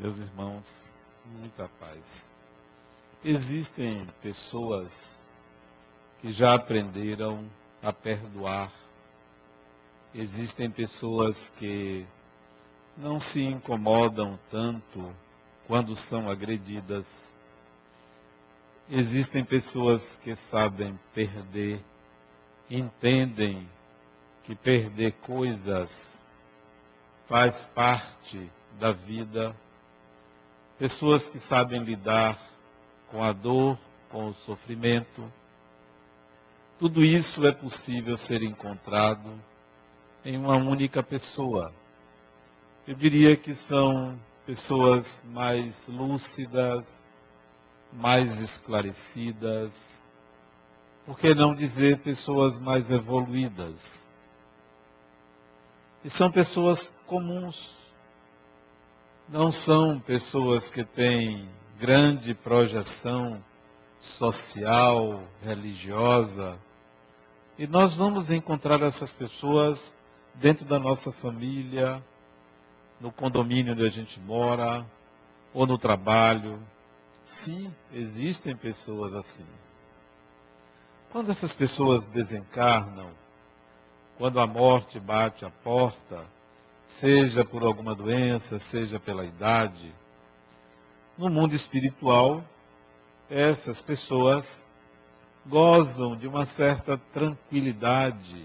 Meus irmãos, muita paz. Existem pessoas que já aprenderam a perdoar. Existem pessoas que não se incomodam tanto quando são agredidas. Existem pessoas que sabem perder, entendem que perder coisas faz parte da vida. Pessoas que sabem lidar com a dor, com o sofrimento. Tudo isso é possível ser encontrado em uma única pessoa. Eu diria que são pessoas mais lúcidas, mais esclarecidas, por que não dizer pessoas mais evoluídas? E são pessoas comuns. Não são pessoas que têm grande projeção social, religiosa. E nós vamos encontrar essas pessoas dentro da nossa família, no condomínio onde a gente mora, ou no trabalho. Sim, existem pessoas assim. Quando essas pessoas desencarnam, quando a morte bate à porta, seja por alguma doença, seja pela idade, no mundo espiritual, essas pessoas gozam de uma certa tranquilidade,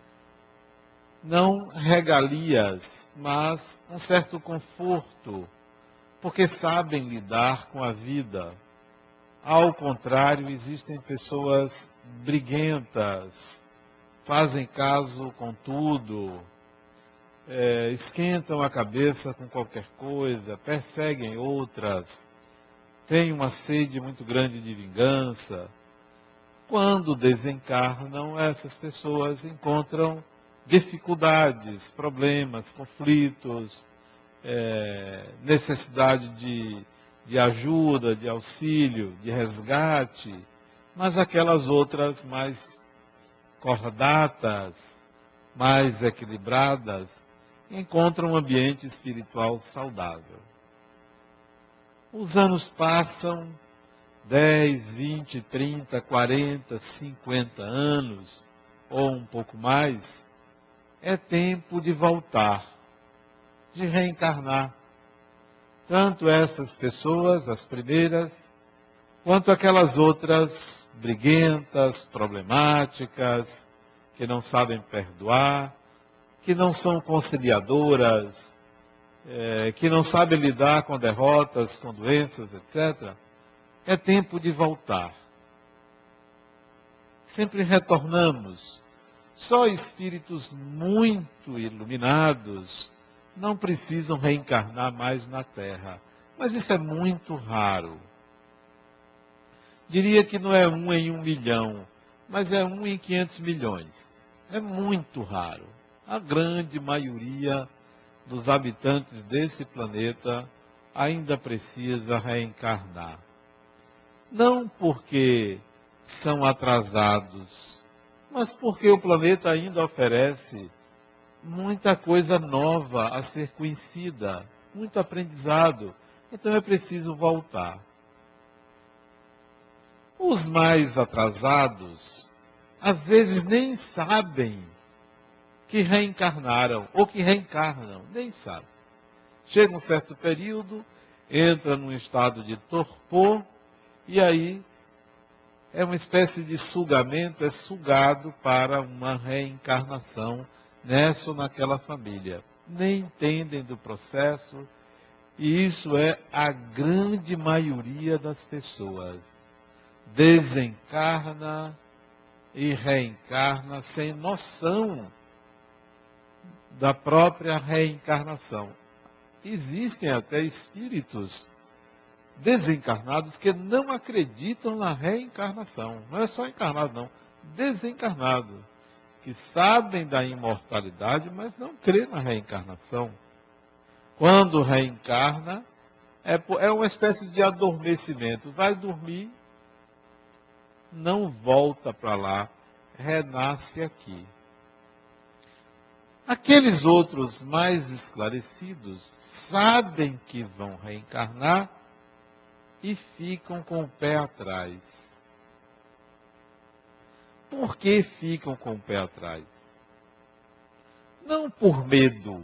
não regalias, mas um certo conforto, porque sabem lidar com a vida. Ao contrário, existem pessoas briguentas, fazem caso com tudo, esquentam a cabeça com qualquer coisa, perseguem outras, têm uma sede muito grande de vingança. Quando desencarnam, essas pessoas encontram dificuldades, problemas, conflitos, necessidade de ajuda, de auxílio, de resgate, mas aquelas outras mais cordatas, mais equilibradas, encontram um ambiente espiritual saudável. Os anos passam, 10, 20, 30, 40, 50 anos, ou um pouco mais, é tempo de voltar, de reencarnar. Tanto essas pessoas, as primeiras, quanto aquelas outras briguentas, problemáticas, que não sabem perdoar, que não são conciliadoras, que não sabem lidar com derrotas, com doenças, etc. É tempo de voltar. Sempre retornamos. Só espíritos muito iluminados não precisam reencarnar mais na Terra. Mas isso é muito raro. Diria que não é 1 em 1 milhão, mas é 1 em 500 milhões. É muito raro. A grande maioria dos habitantes desse planeta ainda precisa reencarnar. Não porque são atrasados, mas porque o planeta ainda oferece muita coisa nova a ser conhecida, muito aprendizado. Então é preciso voltar. Os mais atrasados, às vezes nem sabem que reencarnaram, ou que reencarnam, nem sabem. Chega um certo período, entra num estado de torpor, e aí é uma espécie de sugamento, é sugado para uma reencarnação nessa ou naquela família. Nem entendem do processo, e isso é a grande maioria das pessoas. Desencarna e reencarna sem noção da própria reencarnação. Existem até espíritos desencarnados que não acreditam na reencarnação. Não é só encarnado, não. Desencarnado. Que sabem da imortalidade, mas não crê na reencarnação. Quando reencarna, é uma espécie de adormecimento. Vai dormir, não volta para lá, renasce aqui. Aqueles outros mais esclarecidos sabem que vão reencarnar e ficam com o pé atrás. Por que ficam com o pé atrás? Não por medo.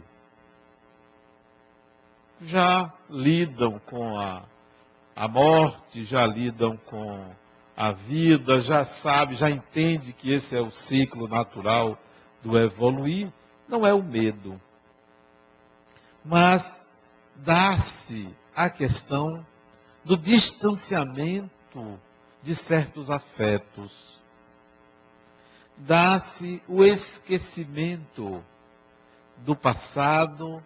Já lidam com a morte, já lidam com a vida, já sabe, já entende que esse é o ciclo natural do evoluir. Não é o medo, mas dá-se a questão do distanciamento de certos afetos. Dá-se o esquecimento do passado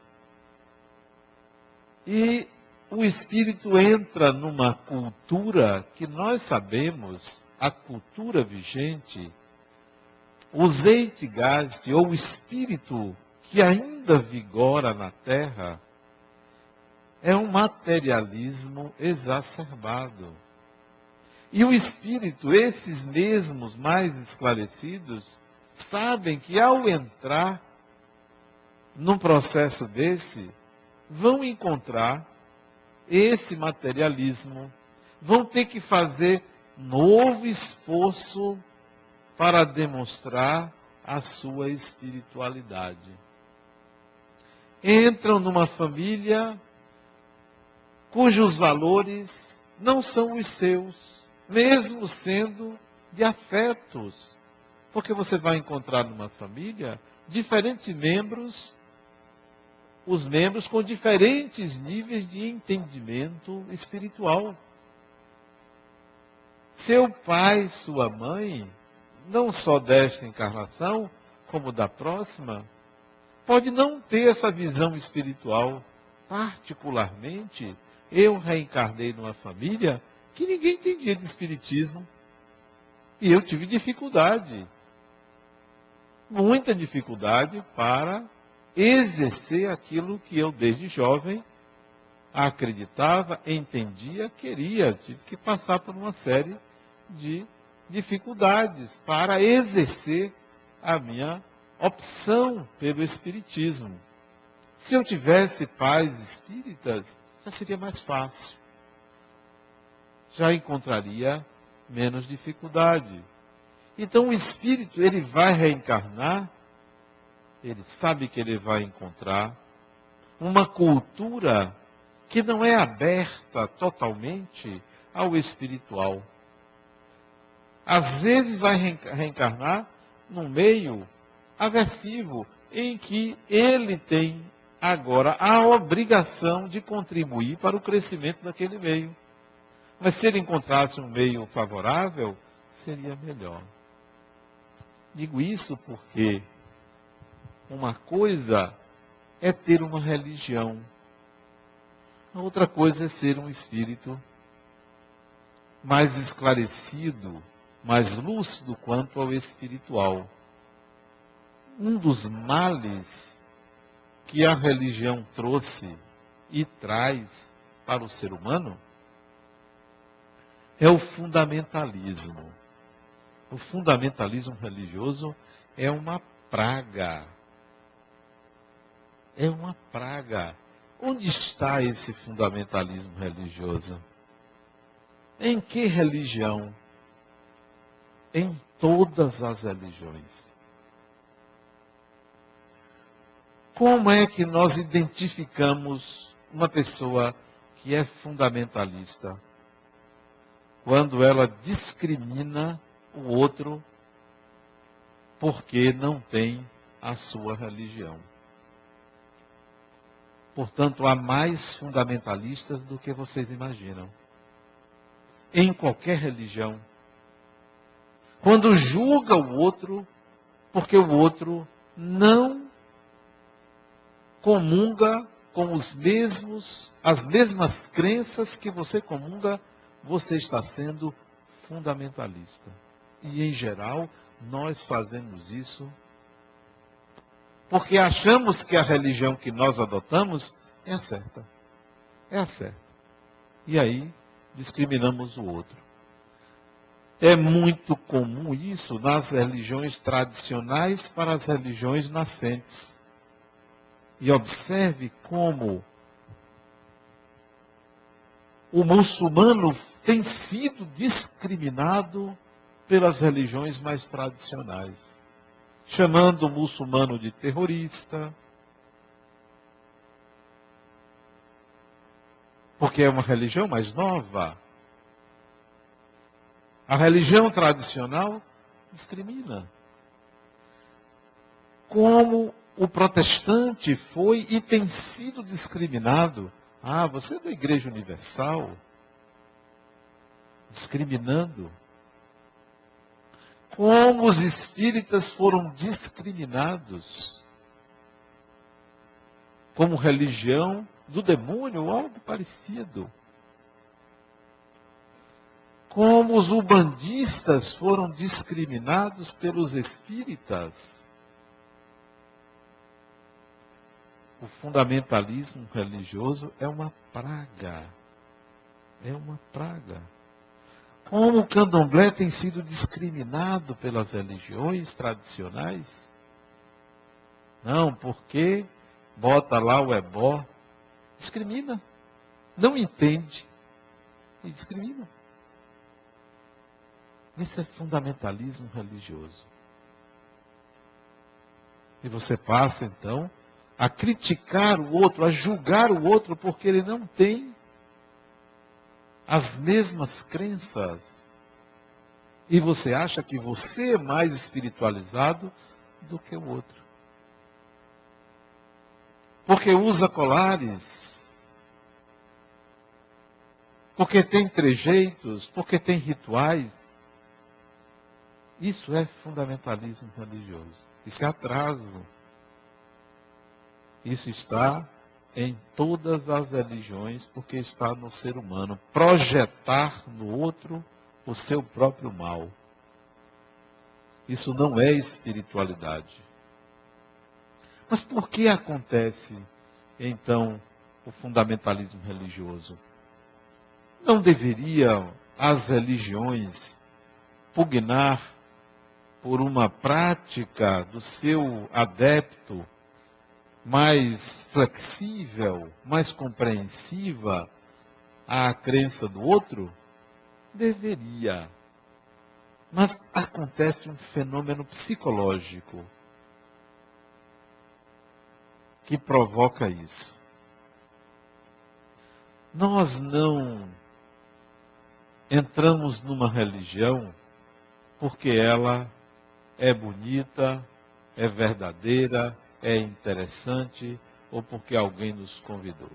e o espírito entra numa cultura que nós sabemos, a cultura vigente, o Zeitgeist, ou o espírito que ainda vigora na Terra, é um materialismo exacerbado. E o espírito, esses mesmos mais esclarecidos, sabem que ao entrar num processo desse, vão encontrar esse materialismo, vão ter que fazer novo esforço para demonstrar a sua espiritualidade. Entram numa família cujos valores não são os seus, mesmo sendo de afetos. Porque você vai encontrar numa família diferentes membros, os membros com diferentes níveis de entendimento espiritual. Seu pai, sua mãe, não só desta encarnação, como da próxima, pode não ter essa visão espiritual. Particularmente, eu reencarnei numa família que ninguém entendia de espiritismo. E eu tive dificuldade, muita dificuldade para exercer aquilo que eu desde jovem acreditava, entendia, queria. Tive que passar por uma série de dificuldades para exercer a minha opção pelo espiritismo. Se eu tivesse pais espíritas, já seria mais fácil. Já encontraria menos dificuldade. Então o espírito, ele vai reencarnar, ele sabe que ele vai encontrar uma cultura que não é aberta totalmente ao espiritual. Às vezes vai reencarnar num meio aversivo, em que ele tem agora a obrigação de contribuir para o crescimento daquele meio. Mas se ele encontrasse um meio favorável, seria melhor. Digo isso porque uma coisa é ter uma religião, a outra coisa é ser um espírito mais esclarecido, mais lúcido quanto ao espiritual. Um dos males que a religião trouxe e traz para o ser humano é o fundamentalismo. O fundamentalismo religioso é uma praga. É uma praga. Onde está esse fundamentalismo religioso? Em que religião? Em todas as religiões. Como é que nós identificamos uma pessoa que é fundamentalista? Quando ela discrimina o outro porque não tem a sua religião. Portanto, há mais fundamentalistas do que vocês imaginam. Em qualquer religião. Quando julga o outro porque o outro não comunga com as mesmas crenças que você comunga, você está sendo fundamentalista. E, em geral, nós fazemos isso porque achamos que a religião que nós adotamos é a certa. É a certa. E aí, discriminamos o outro. É muito comum isso nas religiões tradicionais para as religiões nascentes. E observe como o muçulmano tem sido discriminado pelas religiões mais tradicionais, chamando o muçulmano de terrorista, porque é uma religião mais nova. A religião tradicional discrimina. Como o protestante foi e tem sido discriminado. Ah, você é da Igreja Universal? Discriminando. Como os espíritas foram discriminados como religião do demônio ou algo parecido. Como os umbandistas foram discriminados pelos espíritas. O fundamentalismo religioso é uma praga. É uma praga. Como o candomblé tem sido discriminado pelas religiões tradicionais? Não, porque bota lá o ebó. Discrimina. Não entende. E discrimina. Isso é fundamentalismo religioso. E você passa, então, a criticar o outro, a julgar o outro, porque ele não tem as mesmas crenças. E você acha que você é mais espiritualizado do que o outro. Porque usa colares. Porque tem trejeitos. Porque tem rituais. Isso é fundamentalismo religioso. Isso é atraso. Isso está em todas as religiões, porque está no ser humano. Projetar no outro o seu próprio mal. Isso não é espiritualidade. Mas por que acontece, então, o fundamentalismo religioso? Não deveriam as religiões pugnar por uma prática do seu adepto mais flexível, mais compreensiva à crença do outro? Deveria. Mas acontece um fenômeno psicológico que provoca isso. Nós não entramos numa religião porque ela é bonita, é verdadeira, é interessante, ou porque alguém nos convidou.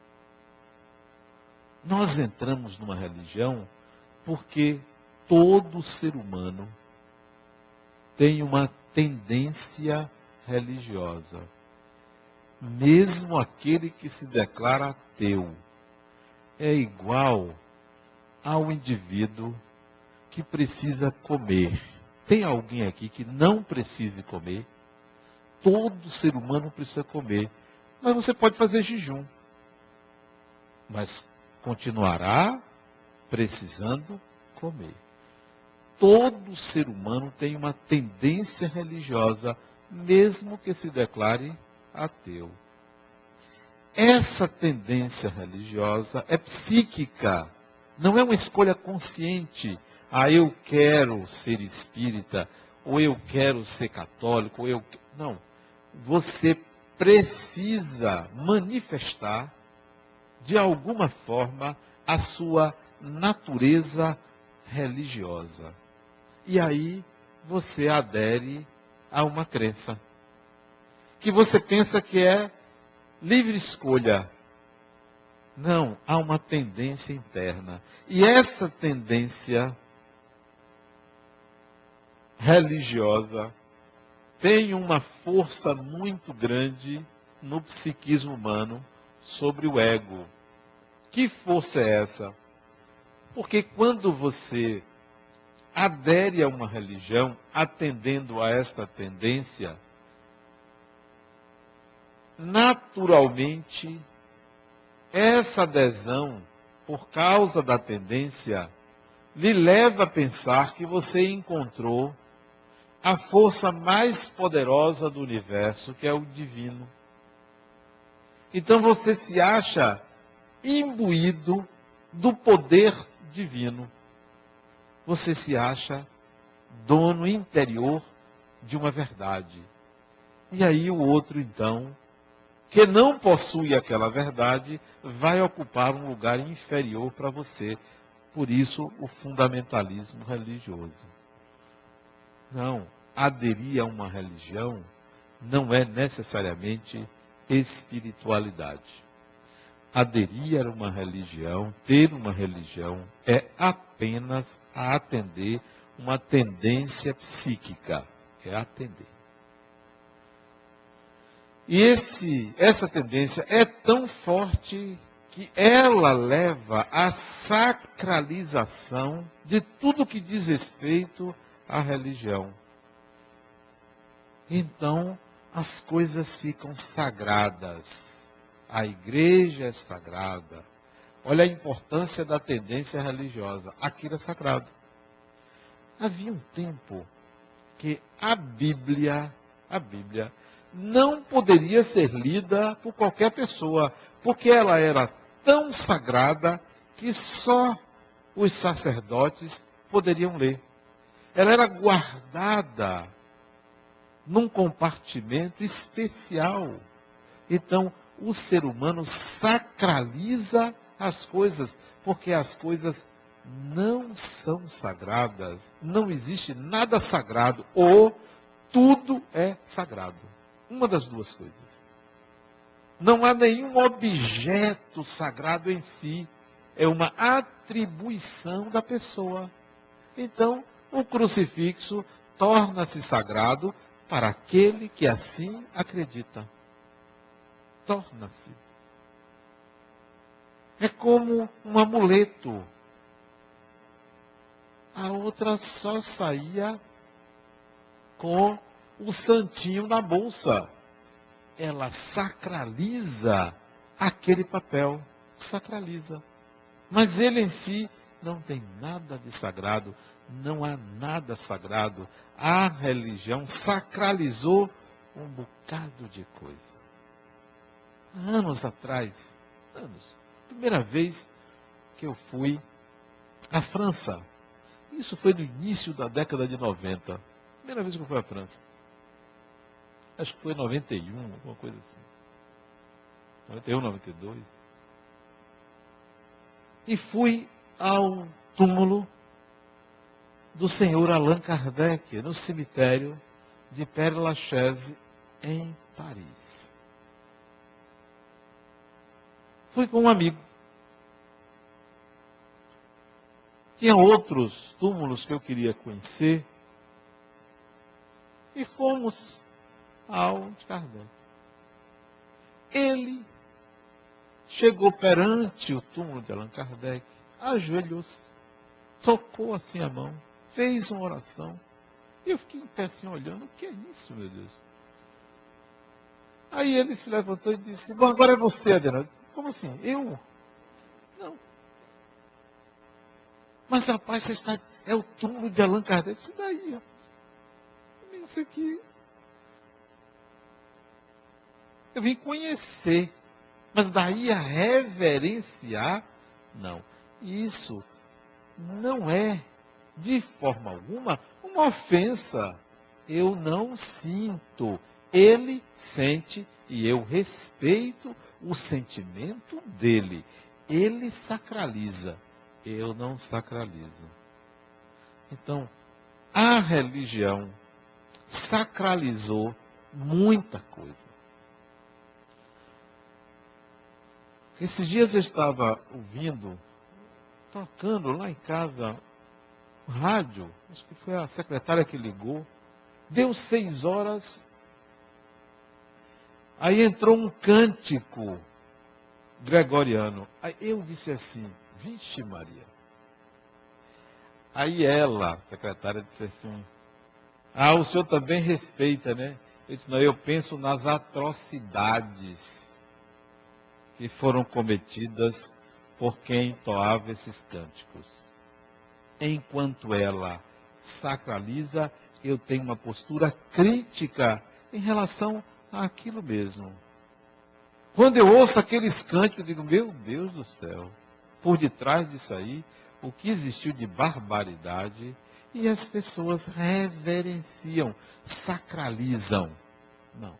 Nós entramos numa religião porque todo ser humano tem uma tendência religiosa. Mesmo aquele que se declara ateu é igual ao indivíduo que precisa comer. Tem alguém aqui que não precise comer? Todo ser humano precisa comer. Mas você pode fazer jejum. Mas continuará precisando comer. Todo ser humano tem uma tendência religiosa, mesmo que se declare ateu. Essa tendência religiosa é psíquica, não é uma escolha consciente. Ah, eu quero ser espírita, ou eu quero ser católico, ou eu... Não. Você precisa manifestar, de alguma forma, a sua natureza religiosa. E aí você adere a uma crença que você pensa que é livre escolha. Não, há uma tendência interna. E essa tendência religiosa tem uma força muito grande no psiquismo humano sobre o ego. Que força é essa? Porque quando você adere a uma religião, atendendo a esta tendência, naturalmente, essa adesão, por causa da tendência, lhe leva a pensar que você encontrou a força mais poderosa do universo, que é o divino. Então você se acha imbuído do poder divino. Você se acha dono interior de uma verdade. E aí o outro, então, que não possui aquela verdade, vai ocupar um lugar inferior para você. Por isso, o fundamentalismo religioso. Não, aderir a uma religião não é necessariamente espiritualidade. Aderir a uma religião, ter uma religião, é apenas a atender uma tendência psíquica. É atender. E essa tendência é tão forte que ela leva à sacralização de tudo que diz respeito à religião. Então, as coisas ficam sagradas. A igreja é sagrada. Olha a importância da tendência religiosa. Aquilo é sagrado. Havia um tempo que a Bíblia não poderia ser lida por qualquer pessoa, porque ela era tão sagrada que só os sacerdotes poderiam ler. Ela era guardada num compartimento especial. Então, o ser humano sacraliza as coisas, porque as coisas não são sagradas. Não existe nada sagrado, ou tudo é sagrado. Uma das duas coisas. Não há nenhum objeto sagrado em si. É uma atribuição da pessoa. Então, o crucifixo torna-se sagrado para aquele que assim acredita. Torna-se. É como um amuleto. A outra só saía com o santinho na bolsa. Ela sacraliza aquele papel. Sacraliza. Mas ele em si não tem nada de sagrado. Não há nada sagrado. A religião sacralizou um bocado de coisa. Anos atrás, primeira vez que eu fui à França. Isso foi no início da década de 90. Primeira vez que eu fui à França. Acho que foi em 91, alguma coisa assim. 91, 92. E fui ao túmulo do senhor Allan Kardec, no cemitério de Père Lachaise, em Paris. Fui com um amigo. Tinha outros túmulos que eu queria conhecer. E fomos ao de Kardec. Ele chegou perante o túmulo de Allan Kardec, ajoelhou-se, tocou assim a mão, fez uma oração. E eu fiquei em pé assim olhando, o que é isso, meu Deus? Aí ele se levantou e disse, bom, agora é você, Adriano. Como assim? Eu? Não. Mas rapaz, você está... é o túmulo de Allan Kardec. Isso daí, rapaz. Isso aqui. Eu vim conhecer. Mas daí a reverenciar, não. Isso não é, de forma alguma, uma ofensa. Eu não sinto. Ele sente e eu respeito o sentimento dele. Ele sacraliza. Eu não sacralizo. Então, a religião sacralizou muita coisa. Esses dias eu estava ouvindo, tocando lá em casa, rádio, acho que foi a secretária que ligou, deu 6 horas, aí entrou um cântico gregoriano. Aí eu disse assim, vixe Maria. Aí ela, a secretária, disse assim, o senhor também respeita, né? Eu disse, não, eu penso nas atrocidades que foram cometidas por quem entoava esses cânticos. Enquanto ela sacraliza, eu tenho uma postura crítica em relação àquilo mesmo. Quando eu ouço aqueles cânticos, eu digo, meu Deus do céu, por detrás disso aí, o que existiu de barbaridade, e as pessoas reverenciam, sacralizam. Não.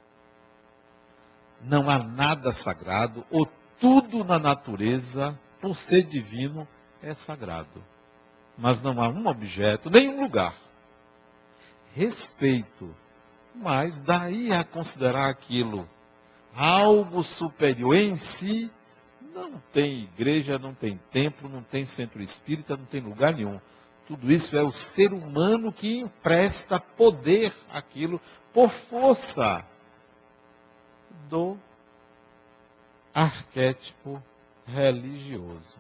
Não há nada sagrado, ou tudo na natureza, por ser divino, é sagrado. Mas não há um objeto, nem um lugar. Respeito, mas daí a considerar aquilo algo superior em si, não tem igreja, não tem templo, não tem centro espírita, não tem lugar nenhum. Tudo isso é o ser humano que empresta poder àquilo por força do arquétipo religioso.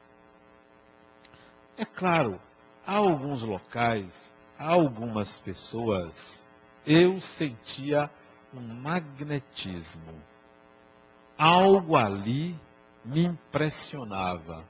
É claro, há alguns locais, há algumas pessoas, eu sentia um magnetismo. Algo ali me impressionava.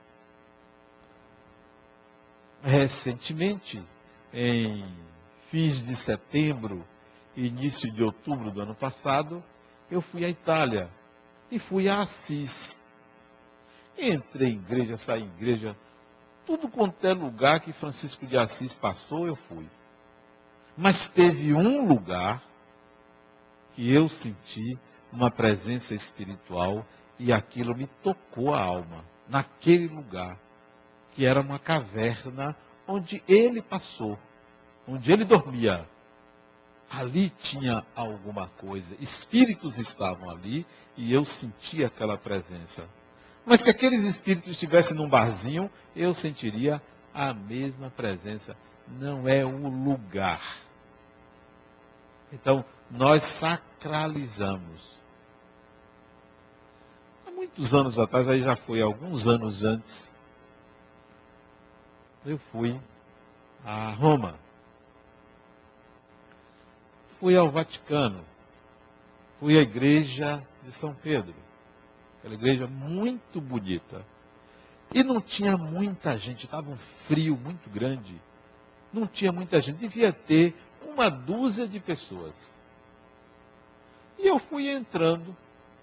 Recentemente, em fins de setembro, início de outubro do ano passado, eu fui à Itália e fui a Assis. Entrei em igreja, saí em igreja, tudo quanto é lugar que Francisco de Assis passou, eu fui. Mas teve um lugar que eu senti uma presença espiritual e aquilo me tocou a alma, naquele lugar, que era uma caverna onde ele passou, onde ele dormia. Ali tinha alguma coisa, espíritos estavam ali e eu sentia aquela presença. Mas se aqueles espíritos estivessem num barzinho, eu sentiria a mesma presença. Não é o lugar. Então, nós sacralizamos. Há muitos anos atrás, aí já foi alguns anos antes, eu fui a Roma. Fui ao Vaticano. Fui à igreja de São Pedro. Aquela igreja muito bonita. E não tinha muita gente, estava um frio muito grande. Não tinha muita gente, devia ter uma dúzia de pessoas. E eu fui entrando.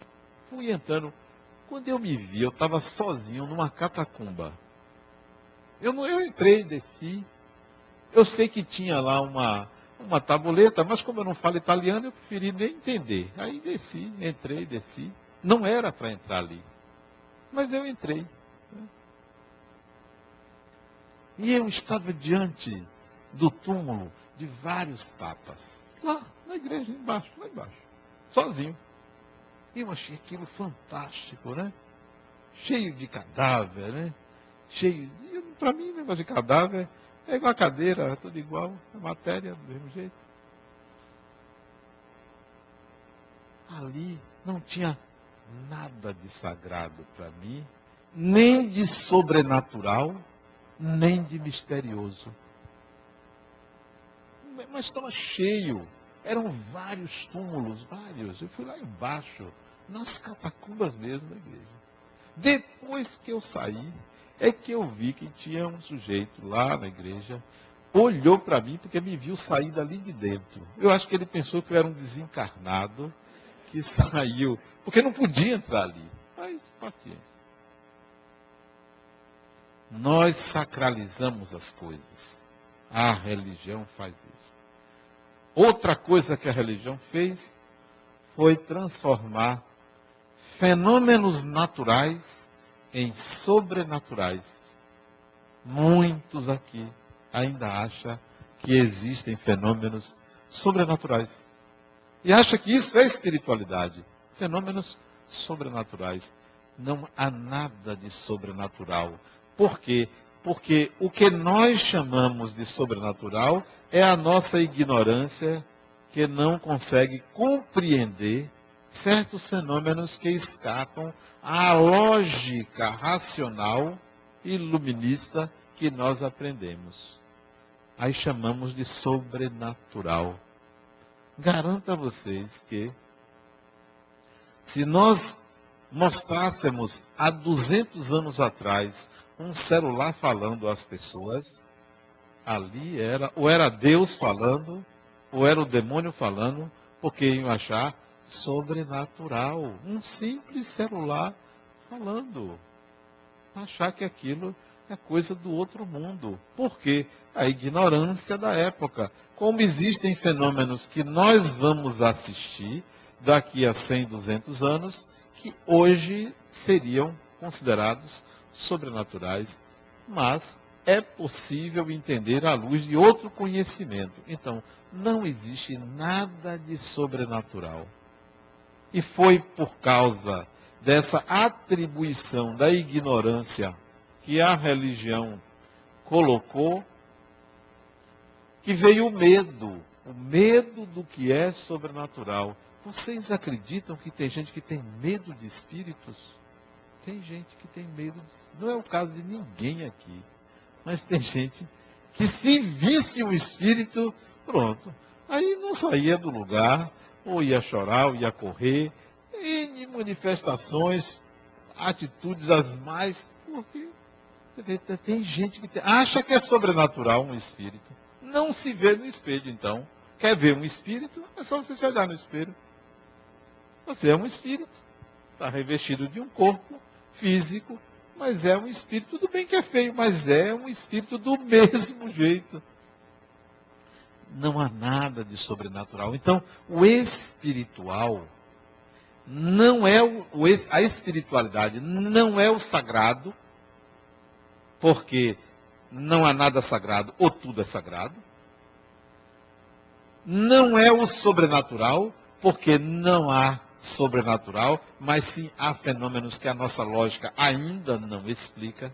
Quando eu me vi, eu estava sozinho numa catacumba. Eu entrei, desci. Eu sei que tinha lá uma tabuleta, mas como eu não falo italiano, eu preferi nem entender. Aí desci, entrei, desci. Não era para entrar ali. Mas eu entrei. E eu estava diante do túmulo de vários papas. Lá, na igreja, lá embaixo. Sozinho. E eu achei aquilo fantástico, né? Cheio de cadáver, né? Para mim, negócio de cadáver é igual a cadeira, é tudo igual. A matéria do mesmo jeito. Ali não tinha nada de sagrado para mim, nem de sobrenatural, nem de misterioso. Mas estava cheio. Eram vários túmulos, vários. Eu fui lá embaixo, nas catacumbas mesmo da igreja. Depois que eu saí, é que eu vi que tinha um sujeito lá na igreja, olhou para mim porque me viu sair dali de dentro. Eu acho que ele pensou que eu era um desencarnado que saiu, porque não podia entrar ali. Mas paciência. Nós sacralizamos as coisas. A religião faz isso. Outra coisa que a religião fez foi transformar fenômenos naturais em sobrenaturais. Muitos aqui ainda acham que existem fenômenos sobrenaturais. E acham que isso é espiritualidade. Fenômenos sobrenaturais. Não há nada de sobrenatural. Por quê? Porque o que nós chamamos de sobrenatural é a nossa ignorância que não consegue compreender certos fenômenos que escapam à lógica racional e iluminista que nós aprendemos. Aí chamamos de sobrenatural. Garanto a vocês que se nós mostrássemos há 200 anos atrás um celular falando às pessoas, ali era, ou era Deus falando, ou era o demônio falando, porque iam achar sobrenatural. Um simples celular falando. Achar que aquilo é coisa do outro mundo. Por quê? A ignorância da época. Como existem fenômenos que nós vamos assistir daqui a 100, 200 anos, que hoje seriam considerados sobrenaturais, mas é possível entender à luz de outro conhecimento. Então, não existe nada de sobrenatural. E foi por causa dessa atribuição da ignorância que a religião colocou, que veio o medo do que é sobrenatural. Vocês acreditam que tem gente que tem medo de espíritos? Tem gente que tem medo de... Não é o caso de ninguém aqui, mas tem gente que se visse o espírito, pronto, aí não saía do lugar, ou ia chorar, ou ia correr, em manifestações, atitudes as mais, porque você vê, tem gente que acha que é sobrenatural um espírito. Não se vê no espelho, então. Quer ver um espírito? É só você se olhar no espelho. Você é um espírito. Está revestido de um corpo físico, mas é um espírito. Tudo bem que é feio, mas é um espírito do mesmo jeito. Não há nada de sobrenatural. Então, o espiritual não é a espiritualidade não é o sagrado, porque não há nada sagrado ou tudo é sagrado. Não é o sobrenatural, porque não há sobrenatural, mas sim há fenômenos que a nossa lógica ainda não explica.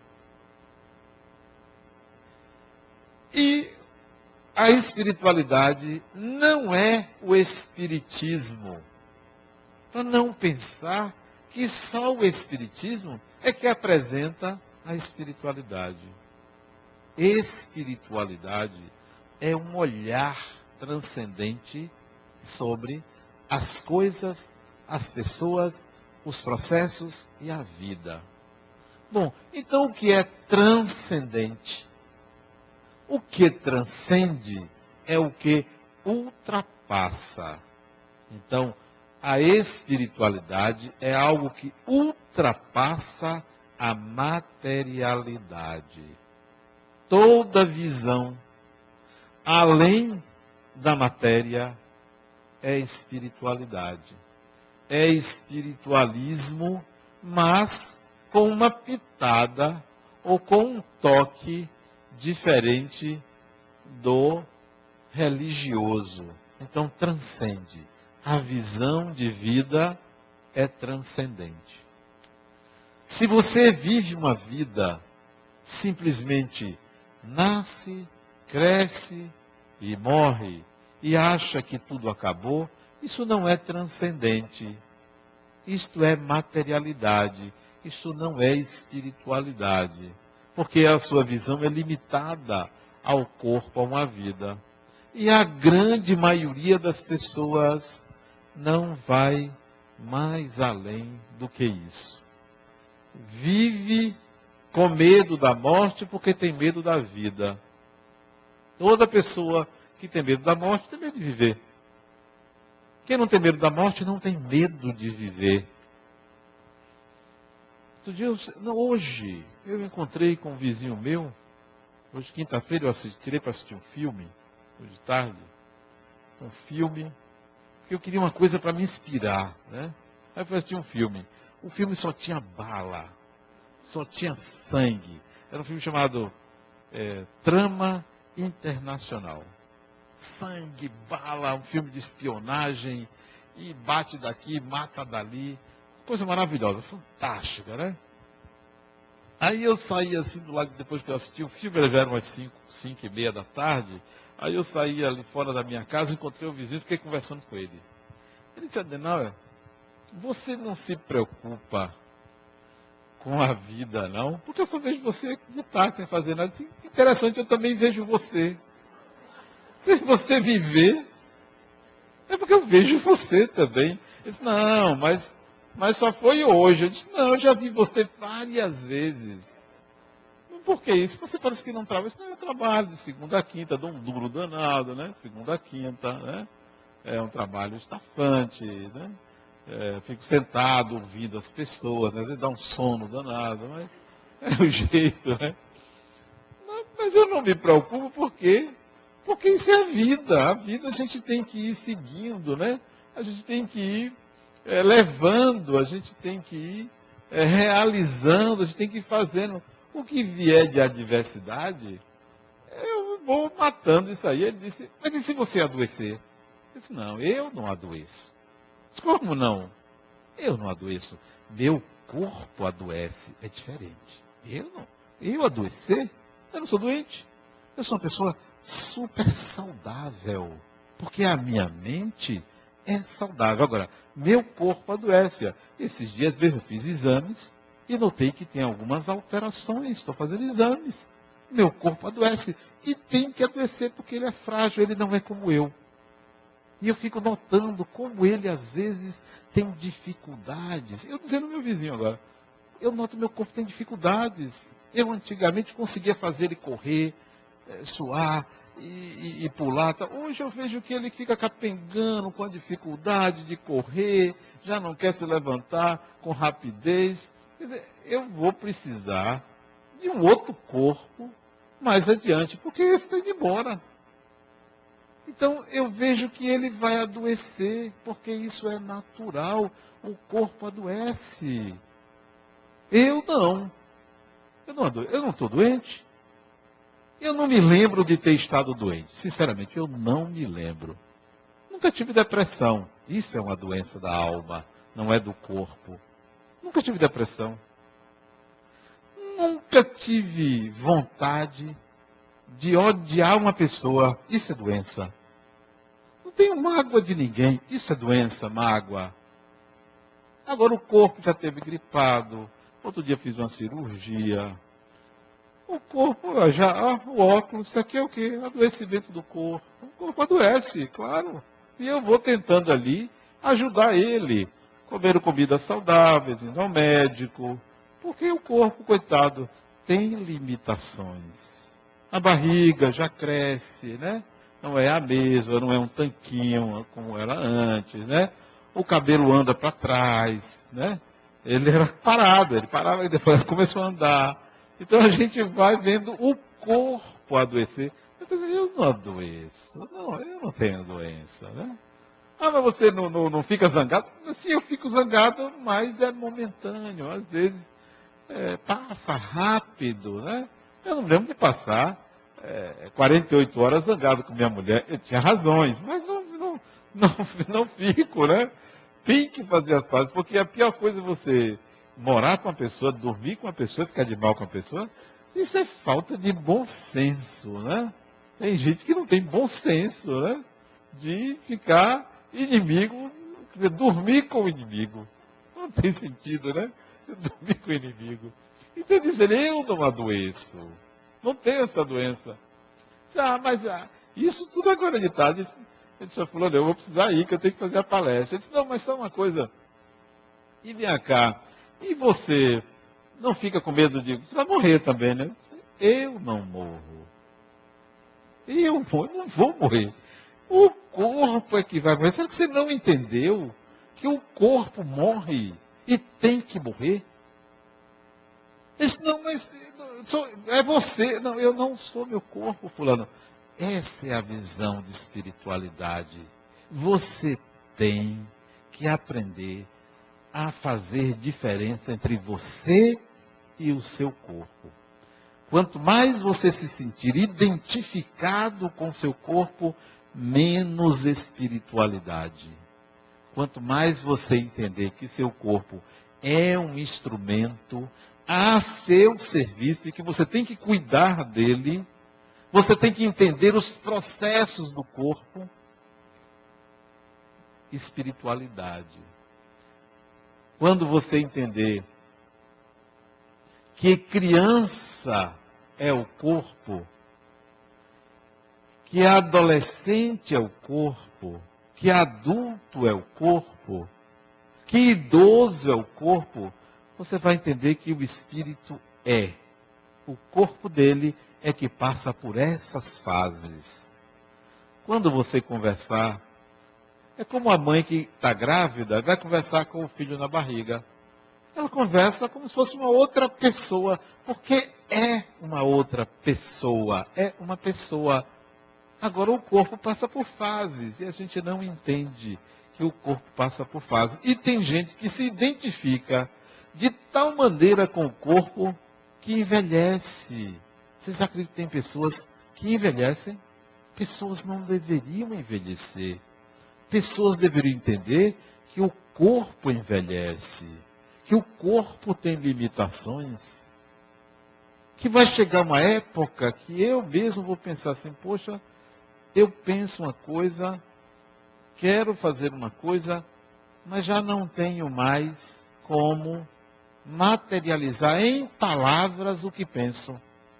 E a espiritualidade não é o espiritismo. Para não pensar que só o espiritismo é que apresenta a espiritualidade. Espiritualidade é um olhar transcendente sobre as coisas, as pessoas, os processos e a vida. Bom, então o que é transcendente? O que transcende é o que ultrapassa. Então, a espiritualidade é algo que ultrapassa a materialidade. Toda visão além da matéria é espiritualidade. É espiritualismo, mas com uma pitada ou com um toque diferente do religioso. Então transcende. A visão de vida é transcendente. Se você vive uma vida simplesmente nasce, cresce e morre e acha que tudo acabou, isso não é transcendente. Isto é materialidade. Isso não é espiritualidade. Porque a sua visão é limitada ao corpo, a uma vida. E a grande maioria das pessoas não vai mais além do que isso. Vive com medo da morte porque tem medo da vida. Toda pessoa que tem medo da morte tem medo de viver. Quem não tem medo da morte não tem medo de viver. Hoje eu encontrei com um vizinho meu. Hoje, quinta-feira, eu tirei para assistir um filme. Hoje de tarde. Um filme. Porque eu queria uma coisa para me inspirar. Né? Aí eu fui assistir um filme. O filme só tinha bala. Só tinha sangue. Era um filme chamado Trama Internacional. Sangue, bala, um filme de espionagem. E bate daqui, mata dali. Coisa maravilhosa, fantástica, né? Aí eu saí assim do lado, depois que eu assisti o filme, já eram umas 5h30 da tarde. Aí eu saí ali fora da minha casa, encontrei o vizinho e fiquei conversando com ele. Ele disse, Adenauer, você não se preocupa com a vida, não? Porque eu só vejo você de tarde sem fazer nada. Assim, interessante, eu também vejo você. Se você viver, é porque eu vejo você também. Ele disse, não, mas só foi hoje. Eu disse, não, eu já vi você várias vezes. Por que isso? Você parece que não trabalha. Não, eu trabalho de segunda a quinta, dou um duro danado, né? Segunda a quinta, né? É um trabalho estafante, né? fico sentado ouvindo as pessoas, né? Às vezes dá um sono danado, mas é o jeito, né? Mas eu não me preocupo porque isso é a vida. A vida a gente tem que ir seguindo, né? A gente tem que ir levando, a gente tem que ir realizando, a gente tem que ir fazendo. O que vier de adversidade, eu vou matando isso aí. Ele disse, mas e se você adoecer? Eu disse, não, eu não adoeço. Como não? Eu não adoeço. Meu corpo adoece. É diferente. Eu não. Eu adoecer? Eu não sou doente. Eu sou uma pessoa super saudável. Porque a minha mente é saudável. Agora, meu corpo adoece. Esses dias mesmo eu fiz exames e notei que tem algumas alterações. Estou fazendo exames. Meu corpo adoece. E tem que adoecer porque ele é frágil, ele não é como eu. E eu fico notando como ele, às vezes, tem dificuldades. Eu dizendo ao meu vizinho agora, eu noto que meu corpo tem dificuldades. Eu antigamente conseguia fazer ele correr, suar e pular. Tá? Hoje eu vejo que ele fica capengando com a dificuldade de correr, já não quer se levantar com rapidez. Quer dizer, eu vou precisar de um outro corpo mais adiante, porque esse está indo embora. Então, eu vejo que ele vai adoecer, porque isso é natural. O corpo adoece. Eu não. Eu não estou doente. Eu não me lembro de ter estado doente. Sinceramente, eu não me lembro. Nunca tive depressão. Isso é uma doença da alma, não é do corpo. Nunca tive depressão. Nunca tive vontade de odiar uma pessoa. Isso é doença. Não tenho mágoa de ninguém. Isso é doença, mágoa. Agora o corpo já teve gripado. Outro dia fiz uma cirurgia. O corpo, o óculos, isso aqui é o quê? Adoecimento do corpo. O corpo adoece, claro. E eu vou tentando ali ajudar ele. Comer comidas saudáveis, indo ao médico. Porque o corpo, coitado, tem limitações. A barriga já cresce, né? Não é a mesma, não é um tanquinho como era antes, né? O cabelo anda para trás, né? Ele era parado, ele parava e depois começou a andar. Então a gente vai vendo o corpo adoecer. Eu não adoeço, não, eu não tenho doença, né? Ah, mas você não fica zangado? Sim, eu fico zangado, mas é momentâneo. Às vezes passa rápido, né? Eu não me lembro de passar 48 horas zangado com minha mulher. Eu tinha razões, mas não fico, né? Tem que fazer as pazes, porque a pior coisa é você morar com uma pessoa, dormir com uma pessoa, ficar de mal com uma pessoa. Isso é falta de bom senso, né? Tem gente que não tem bom senso, né? De ficar inimigo, quer dizer, dormir com o inimigo. Não tem sentido, né? Dormir com o inimigo. Então dizer, eu não adoeço. Não tenho essa doença. Mas isso tudo agora de tarde. Ele só falou, eu vou precisar ir, que eu tenho que fazer a palestra. Ele disse, não, mas só uma coisa. E vem cá. E você não fica com medo de... Você vai morrer também, né? Eu não morro. Eu não vou morrer. O corpo é que vai morrer. Será que você não entendeu que o corpo morre e tem que morrer? Ele disse, não, mas é você. Não, eu não sou meu corpo, fulano. Essa é a visão de espiritualidade. Você tem que aprender a fazer diferença entre você e o seu corpo. Quanto mais você se sentir identificado com seu corpo, menos espiritualidade. Quanto mais você entender que seu corpo é um instrumento a seu serviço e que você tem que cuidar dele, você tem que entender os processos do corpo. Espiritualidade. Quando você entender que criança é o corpo, que adolescente é o corpo, que adulto é o corpo, que idoso é o corpo, você vai entender que o espírito é. O corpo dele é que passa por essas fases. Quando você conversar É como a mãe que está grávida, vai conversar com o filho na barriga. Ela conversa como se fosse uma outra pessoa, porque é uma outra pessoa, é uma pessoa. Agora o corpo passa por fases, e a gente não entende que o corpo passa por fases. E tem gente que se identifica de tal maneira com o corpo que envelhece. Vocês acreditam que tem pessoas que envelhecem? Pessoas não deveriam envelhecer. Pessoas deveriam entender que o corpo envelhece, que o corpo tem limitações, que vai chegar uma época que eu mesmo vou pensar assim, poxa, eu penso uma coisa, quero fazer uma coisa, mas já não tenho mais como materializar em palavras o que penso.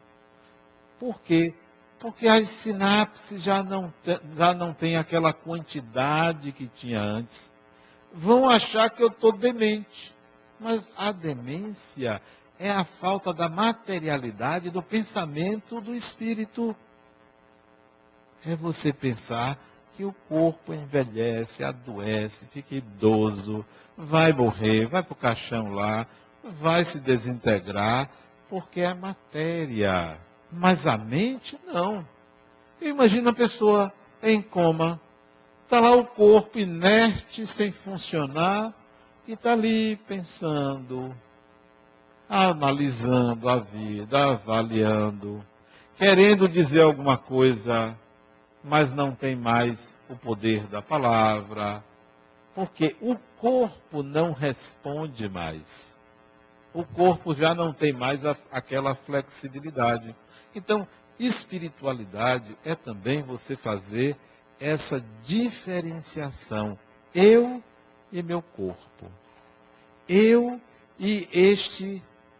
Por quê? Porque as sinapses já não têm aquela quantidade que tinha antes. Vão achar que eu estou demente. Mas a demência é a falta da materialidade do pensamento do espírito. É você pensar que o corpo envelhece, adoece, fica idoso, vai morrer, vai para o caixão lá, vai se desintegrar, porque é matéria. Mas a mente, não. Imagina a pessoa em coma, está lá o corpo inerte, sem funcionar, e está ali pensando, analisando a vida, avaliando, querendo dizer alguma coisa, mas não tem mais o poder da palavra, porque o corpo não responde mais. O corpo já não tem mais aquela flexibilidade. Então, espiritualidade é também você fazer essa diferenciação. Eu e meu corpo. Eu e este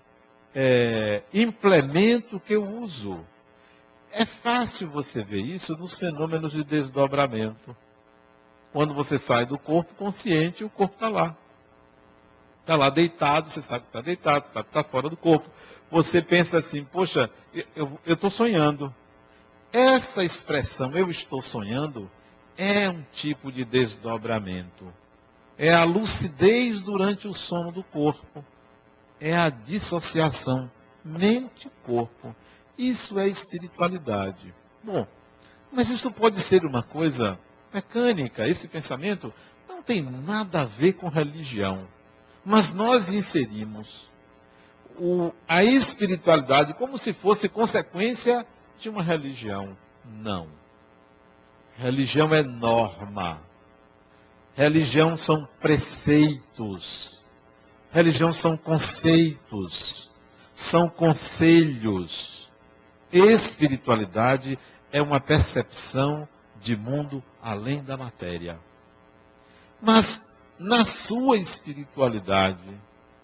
implemento que eu uso. É fácil você ver isso nos fenômenos de desdobramento. Quando você sai do corpo consciente, o corpo está lá. Está lá deitado, você sabe que está deitado, você sabe que está fora do corpo. Você pensa assim, poxa, eu estou sonhando. Essa expressão, eu estou sonhando, é um tipo de desdobramento. É a lucidez durante o sono do corpo. É a dissociação mente-corpo. Isso é espiritualidade. Bom, mas isso pode ser uma coisa mecânica. Esse pensamento não tem nada a ver com religião. Mas nós inserimos a espiritualidade como se fosse consequência de uma religião. Não. Religião é norma. Religião são preceitos. Religião são conceitos. São conselhos. Espiritualidade é uma percepção de mundo além da matéria. Mas na sua espiritualidade,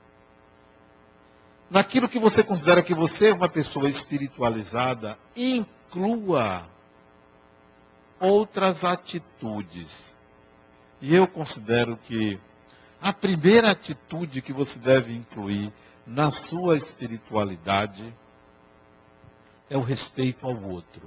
naquilo que você considera que você é uma pessoa espiritualizada, inclua outras atitudes. E eu considero que a primeira atitude que você deve incluir na sua espiritualidade é o respeito ao outro.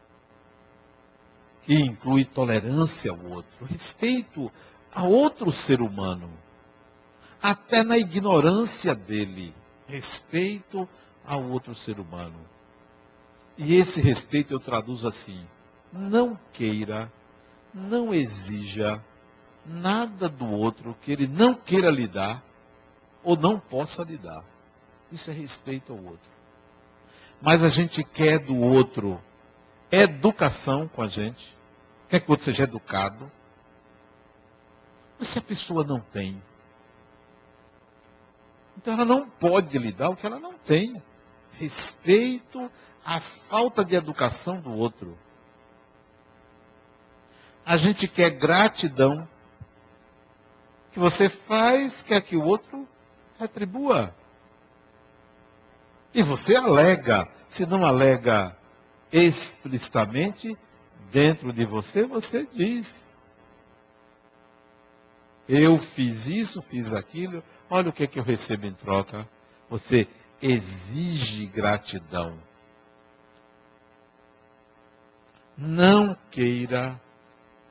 Que inclui tolerância ao outro, respeito a outro ser humano, até na ignorância dele, respeito a outro ser humano. E esse respeito eu traduzo assim: não queira, não exija nada do outro que ele não queira lhe dar ou não possa lhe dar. Isso é respeito ao outro. Mas a gente quer do outro educação com a gente, quer que o outro seja educado. Mas se a pessoa não tem, então ela não pode lhe dar o que ela não tem. Respeito à falta de educação do outro. A gente quer gratidão. Que você faz, quer que o outro retribua. E você alega. Se não alega explicitamente, dentro de você, você diz: eu fiz isso, fiz aquilo, olha o que é que eu recebo em troca. Você exige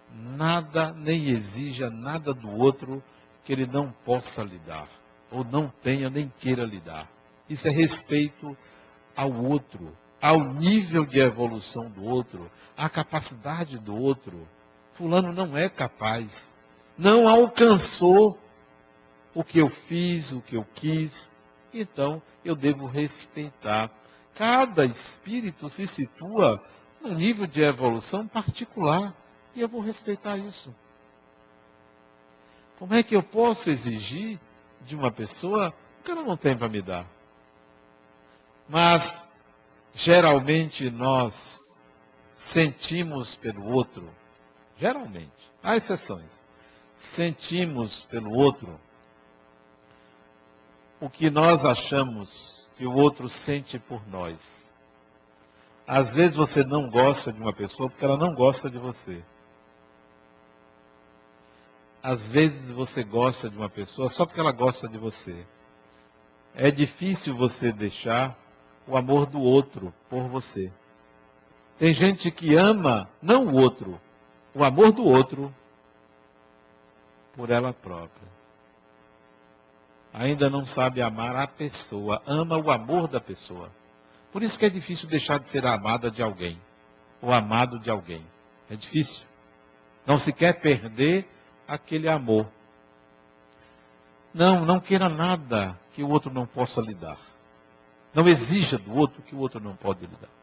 nada, nem exija nada do outro que ele não possa lhe dar, ou não tenha nem queira lhe dar. Isso é respeito ao outro, ao nível de evolução do outro, à capacidade do outro. Fulano não é capaz, não alcançou o que eu fiz, o que eu quis, então eu devo respeitar. Cada espírito se situa num nível de evolução particular, e eu vou respeitar isso. Como é que eu posso exigir de uma pessoa o que ela não tem para me dar? Mas, geralmente, nós sentimos pelo outro, geralmente, há exceções, sentimos pelo outro o que nós achamos que o outro sente por nós. Às vezes você não gosta de uma pessoa porque ela não gosta de você. Às vezes você gosta de uma pessoa só porque ela gosta de você. É difícil você deixar o amor do outro por você. Tem gente que ama, não o outro, o amor do outro por ela própria. Ainda não sabe amar a pessoa, ama o amor da pessoa. Por isso que é difícil deixar de ser amada de alguém, ou amado de alguém. É difícil. Não se quer perder aquele amor. Não queira nada que o outro não possa lhe dar. Não exija do outro que o outro não pode lhe dar.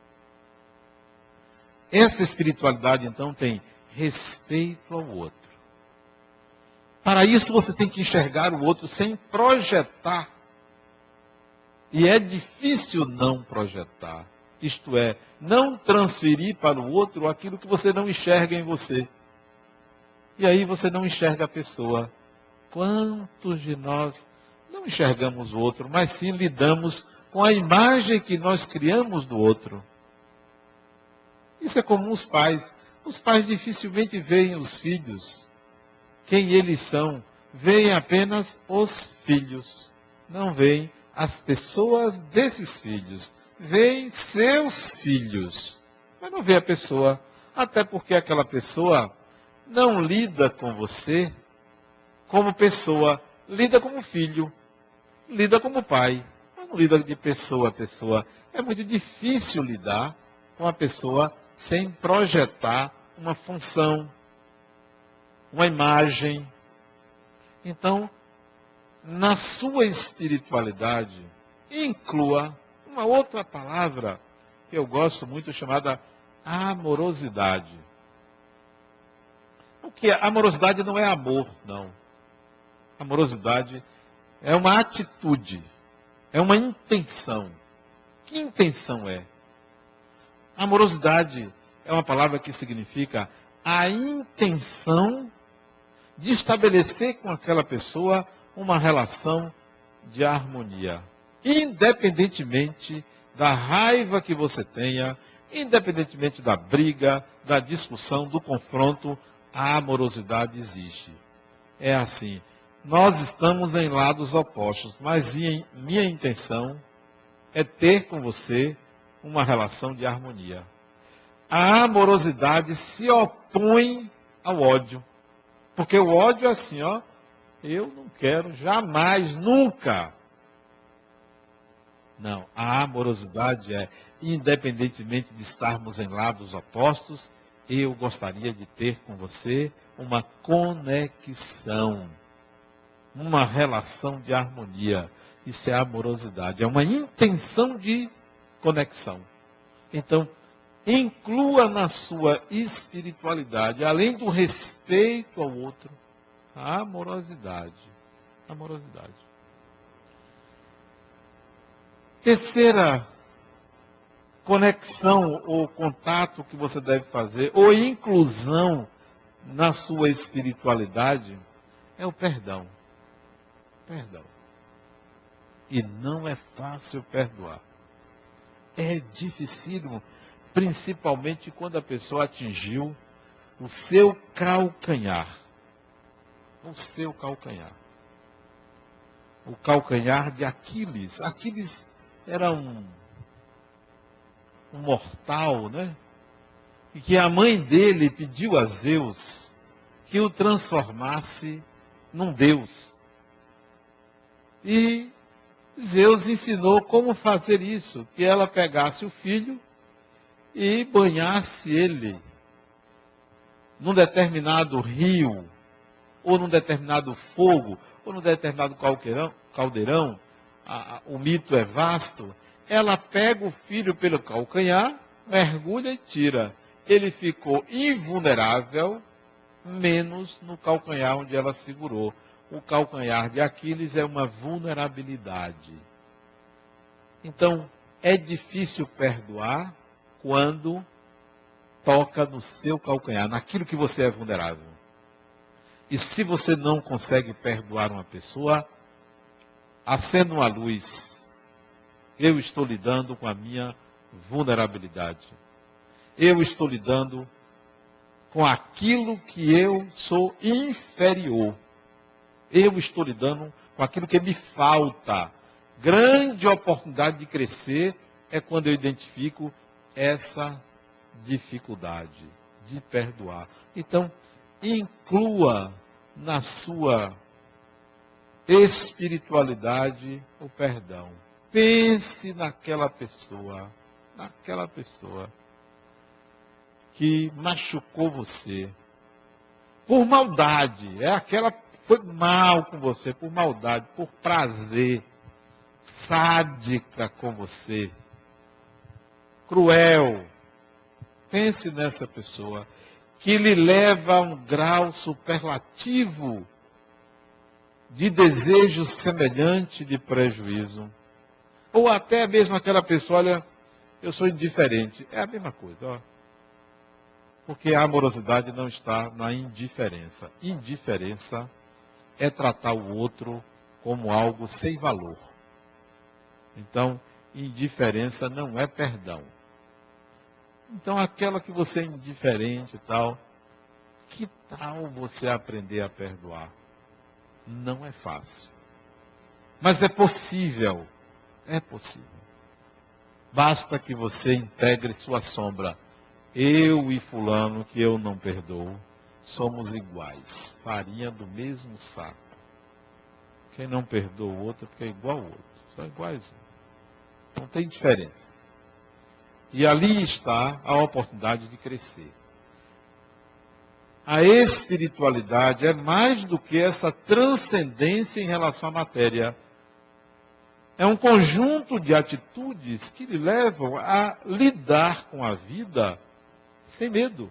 Essa espiritualidade, então, tem respeito ao outro. Para isso, você tem que enxergar o outro sem projetar. E é difícil não projetar. Isto é, não transferir para o outro aquilo que você não enxerga em você. E aí você não enxerga a pessoa. Quantos de nós não enxergamos o outro, mas sim lidamos com a imagem que nós criamos do outro? Isso é comum os pais. Os pais dificilmente veem os filhos, quem eles são. Veem apenas os filhos. Não veem as pessoas desses filhos. Veem seus filhos. Mas não vê a pessoa. Até porque aquela pessoa não lida com você como pessoa, lida como filho, lida como pai, mas não lida de pessoa a pessoa. É muito difícil lidar com a pessoa sem projetar uma função, uma imagem. Então, na sua espiritualidade, inclua uma outra palavra que eu gosto muito, chamada amorosidade. O que é? Amorosidade não é amor, não. Amorosidade é uma atitude, é uma intenção. Que intenção é? Amorosidade é uma palavra que significa a intenção de estabelecer com aquela pessoa uma relação de harmonia. Independentemente da raiva que você tenha, independentemente da briga, da discussão, do confronto, a amorosidade existe. É assim. Nós estamos em lados opostos, mas minha intenção é ter com você uma relação de harmonia. A amorosidade se opõe ao ódio. Porque o ódio é assim, ó, eu não quero jamais, nunca. Não, a amorosidade é, independentemente de estarmos em lados opostos, eu gostaria de ter com você uma conexão. Uma relação de harmonia. Isso é amorosidade. É uma intenção de conexão. Então, inclua na sua espiritualidade, além do respeito ao outro, a amorosidade. Amorosidade. Terceira conexão ou contato que você deve fazer, ou inclusão na sua espiritualidade, é o perdão. Perdão. E não é fácil perdoar. É dificílimo, principalmente quando a pessoa atingiu o seu calcanhar. O seu calcanhar. O calcanhar de Aquiles. Aquiles era um mortal, né? E que a mãe dele pediu a Zeus que o transformasse num Deus. E Zeus ensinou como fazer isso, que ela pegasse o filho e banhasse ele num determinado rio, ou num determinado fogo, ou num determinado caldeirão, o mito é vasto, ela pega o filho pelo calcanhar, mergulha e tira. Ele ficou invulnerável, menos no calcanhar onde ela segurou. O calcanhar de Aquiles é uma vulnerabilidade. Então, é difícil perdoar quando toca no seu calcanhar, naquilo que você é vulnerável. E se você não consegue perdoar uma pessoa, acenda uma luz. Eu estou lidando com a minha vulnerabilidade. Eu estou lidando com aquilo que eu sou inferior. Eu estou lidando com aquilo que me falta. Grande oportunidade de crescer é quando eu identifico essa dificuldade de perdoar. Então, inclua na sua espiritualidade o perdão. Pense naquela pessoa que machucou você por maldade. É aquela que foi mal com você, por maldade, por prazer, sádica com você, cruel. Pense nessa pessoa que lhe leva a um grau superlativo de desejo semelhante de prejuízo. Ou até mesmo aquela pessoa, olha, eu sou indiferente. É a mesma coisa, ó. Porque a amorosidade não está na indiferença. Indiferença é tratar o outro como algo sem valor. Então, indiferença não é perdão. Então, aquela que você é indiferente e tal, que tal você aprender a perdoar? Não é fácil. Mas é possível. É possível. Basta que você integre sua sombra. Eu e fulano, que eu não perdoo, somos iguais. Farinha do mesmo saco. Quem não perdoa o outro é porque é igual ao outro. São iguais. Não tem diferença. E ali está a oportunidade de crescer. A espiritualidade é mais do que essa transcendência em relação à matéria. É um conjunto de atitudes que lhe levam a lidar com a vida sem medo,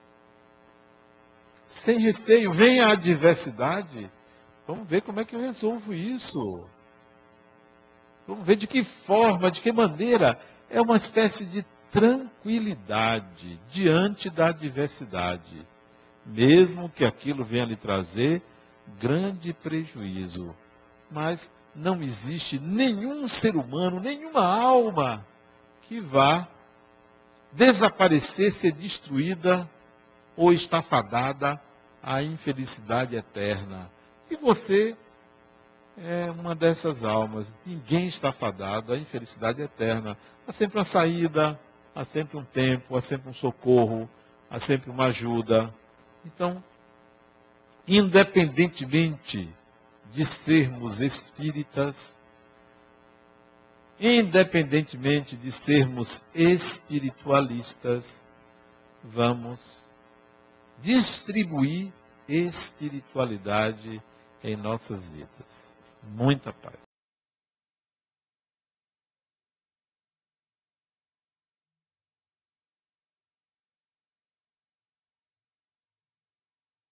sem receio. Vem a adversidade, vamos ver como é que eu resolvo isso. Vamos ver de que forma, de que maneira. É uma espécie de tranquilidade diante da adversidade. Mesmo que aquilo venha lhe trazer grande prejuízo. Mas não existe nenhum ser humano, nenhuma alma que vá desaparecer, ser destruída ou está fadada à infelicidade eterna. E você é uma dessas almas. Ninguém está fadado à infelicidade eterna. Há sempre uma saída, há sempre um tempo, há sempre um socorro, há sempre uma ajuda. Então, independentemente de sermos espíritas, independentemente de sermos espiritualistas, vamos distribuir espiritualidade em nossas vidas. Muita paz.